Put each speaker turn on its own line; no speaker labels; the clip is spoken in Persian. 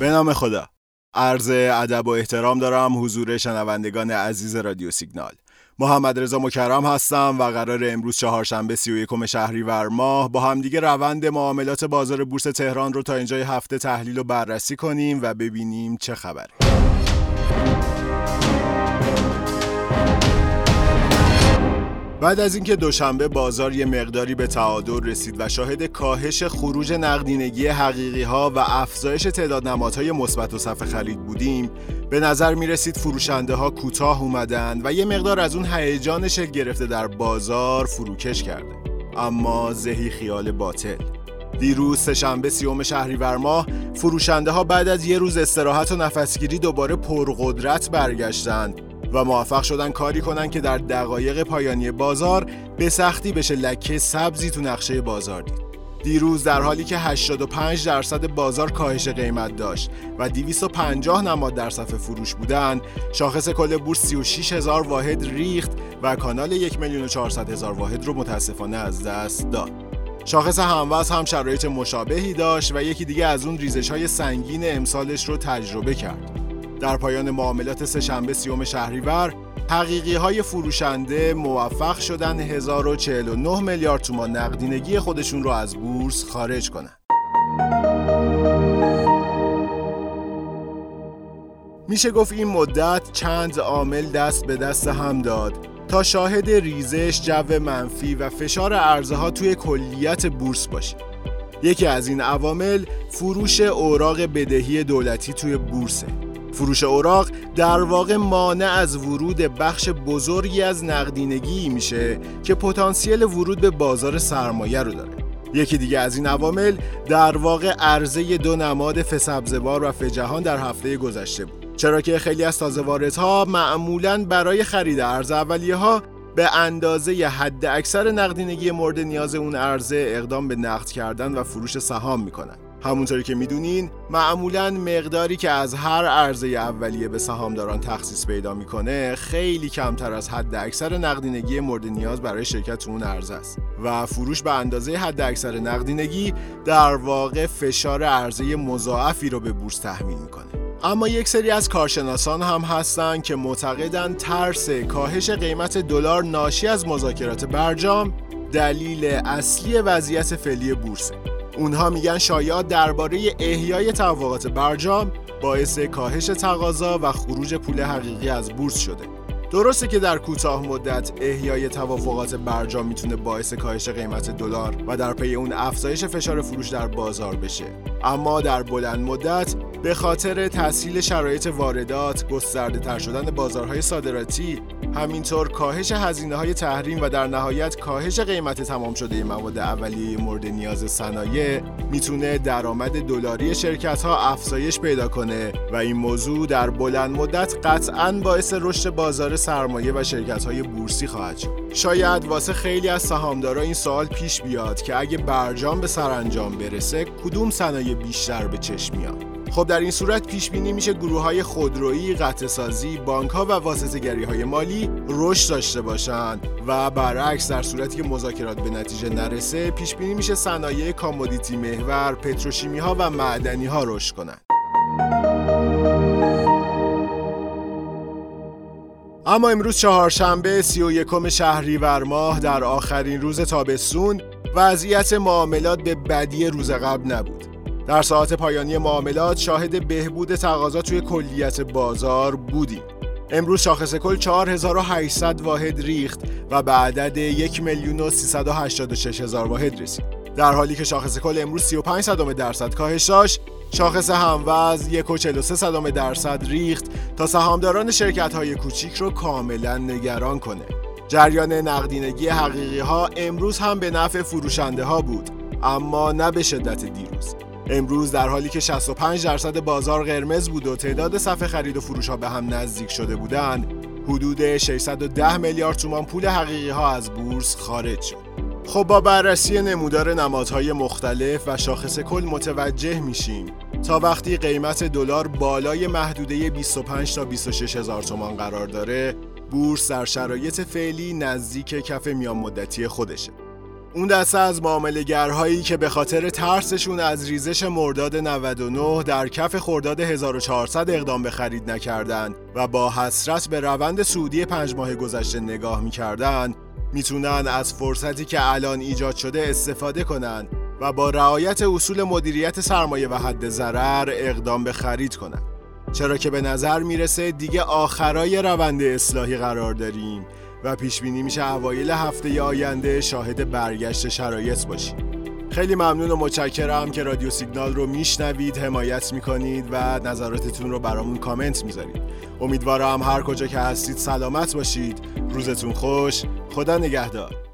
به نام خدا. عرض ادب و احترام دارم حضور شنوندگان عزیز رادیو سیگنال. محمد رضا مکرم هستم و قرار امروز چهارشنبه 31 شهریور ماه با همدیگه روند معاملات بازار بورس تهران رو تا اینجای هفته تحلیل و بررسی کنیم و ببینیم چه خبره. بعد از اینکه دوشنبه بازار یه مقداری به تعادل رسید و شاهد کاهش خروج نقدینگی حقیقی‌ها و افزایش تعداد نمادهای مثبت و صف خرید بودیم، به نظر می‌رسید فروشنده‌ها کوتاه اومدن و یه مقدار از اون هیجان شکل گرفته در بازار فروکش کرده. اما زهی خیال باطل. دیروز سه‌شنبه 30 شهریور ماه فروشنده‌ها بعد از یه روز استراحت و نفسگیری دوباره پرقدرت برگشتند و موفق شدن کاری کنن که در دقایق پایانی بازار به سختی بشه لکه سبزی تو نقشه بازار دید. دیروز در حالی که 85% بازار کاهش قیمت داشت و 250 نماد در صف فروش بودن، شاخص کل بورس 36,000 واحد ریخت و کانال 1,400,000 واحد رو متاسفانه از دست داد. شاخص هموز هم شرایط مشابهی داشت و یکی دیگه از اون ریزش‌های سنگین امسالش رو تجربه کرد. در پایان معاملات سه‌شنبه 30 شهریور، حقیقی‌های فروشنده موفق شدن 1049 میلیارد تومان نقدینگی خودشون رو از بورس خارج کنن. میشه گفت این مدت چند عامل دست به دست هم داد تا شاهد ریزش، جو منفی و فشار عرضه‌ها توی کلیت بورس باشیم. یکی از این عوامل فروش اوراق بدهی دولتی توی بورسه. فروش اوراق در واقع مانع از ورود بخش بزرگی از نقدینگی میشه که پتانسیل ورود به بازار سرمایه رو داره. یکی دیگه از این عوامل در واقع عرضه دو نماد فسبزوار و فجهان در هفته گذشته بود، چرا که خیلی از تازه واردها معمولاً برای خرید ارز اولیه‌ها به اندازه حد اکثر نقدینگی مورد نیاز اون عرضه اقدام به نقد کردن و فروش سهام میکنن. همونطوری که میدونین معمولاً مقداری که از هر عرضه اولیه به سهامداران تخصیص پیدا میکنه خیلی کمتر از حد اکثر نقدینگی مورد نیاز برای شرکت اون عرضه است و فروش به اندازه حد اکثر نقدینگی در واقع فشار عرضه مضاعفی رو به بورس تحمیل میکنه. اما یک سری از کارشناسان هم هستن که معتقدن ترس کاهش قیمت دلار ناشی از مذاکرات برجام دلیل اصلی وضعیت فعلی بورسه. اونها میگن شایعات درباره احیای توافقات برجام باعث کاهش تقاضا و خروج پول حقیقی از بورس شده. درسته که در کوتاه مدت احیای توافقات برجام میتونه باعث کاهش قیمت دلار و در پی اون افزایش فشار فروش در بازار بشه، اما در بلند مدت به خاطر تسهیل شرایط واردات، گسترده تر شدن بازارهای صادراتی، همینطور کاهش هزینه‌های تحریم و در نهایت کاهش قیمت تمام شده مواد اولیه مورد نیاز صنایع میتونه درآمد دلاری شرکت‌ها افزایش پیدا کنه و این موضوع در بلند مدت قطعاً باعث رشد بازار سرمایه و شرکت‌های بورسی خواهد شد. شاید واسه خیلی از سهامدارا این سوال پیش بیاد که اگه برجام به سرانجام برسه کدوم صنایع بیشتر به چشم میاد؟ خب در این صورت پیش بینی میشه گروه‌های خودرویی، قطعه‌سازی، بانک‌ها و واسطه‌گری‌های مالی رشد داشته باشن و برعکس در صورتی که مذاکرات به نتیجه نرسه پیش بینی میشه صنایع کامودیتی محور، پتروشیمی‌ها و معدنی‌ها رشد کنن. اما امروز چهارشنبه 31 شهریور ماه در آخرین روز تابستون وضعیت معاملات به بدی روز قبل نبود. در ساعات پایانی معاملات شاهد بهبود تقاضا توی کلیت بازار بودیم. امروز شاخص کل 4800 واحد ریخت و به عدد 1,386,000 واحد رسید. در حالی که شاخص کل امروز 35% کاهش داشت، شاخص هموز 1.43% ریخت تا سهامداران شرکت‌های کوچیک رو کاملا نگران کنه. جریان نقدینگی حقیقی‌ها امروز هم به نفع فروشنده‌ها بود، اما نه به شدت دیروز. امروز در حالی که 65% بازار قرمز بود و تعداد صف خرید و فروش ها به هم نزدیک شده بودند، حدود 610 میلیارد تومان پول حقیقی ها از بورس خارج شد. خب با بررسی نمودار نمادهای مختلف و شاخص کل متوجه میشیم تا وقتی قیمت دلار بالای محدوده 25 تا 26 هزار تومان قرار داره، بورس در شرایط فعلی نزدیک کف میان مدتی خودشه. اون دسته از معامله‌گرهایی که به خاطر ترسشون از ریزش مرداد 99 در کف خرداد 1400 اقدام به خرید نکردن و با حسرت به روند سعودی 5 ماه گذشته نگاه می‌کردن، میتونن از فرصتی که الان ایجاد شده استفاده کنن و با رعایت اصول مدیریت سرمایه و حد ضرر اقدام به خرید کنن. چرا که به نظر میرسه دیگه آخرای روند اصلاحی قرار داریم و پیش بینی میشه اوایل هفته آینده شاهد برگشت شرایط باشیم. خیلی ممنون و متشکرم که رادیو سیگنال رو میشنوید، حمایت میکنید و نظراتتون رو برامون کامنت میذارید. امیدوارم هر کجا که هستید سلامت باشید. روزتون خوش. خدا نگهدار.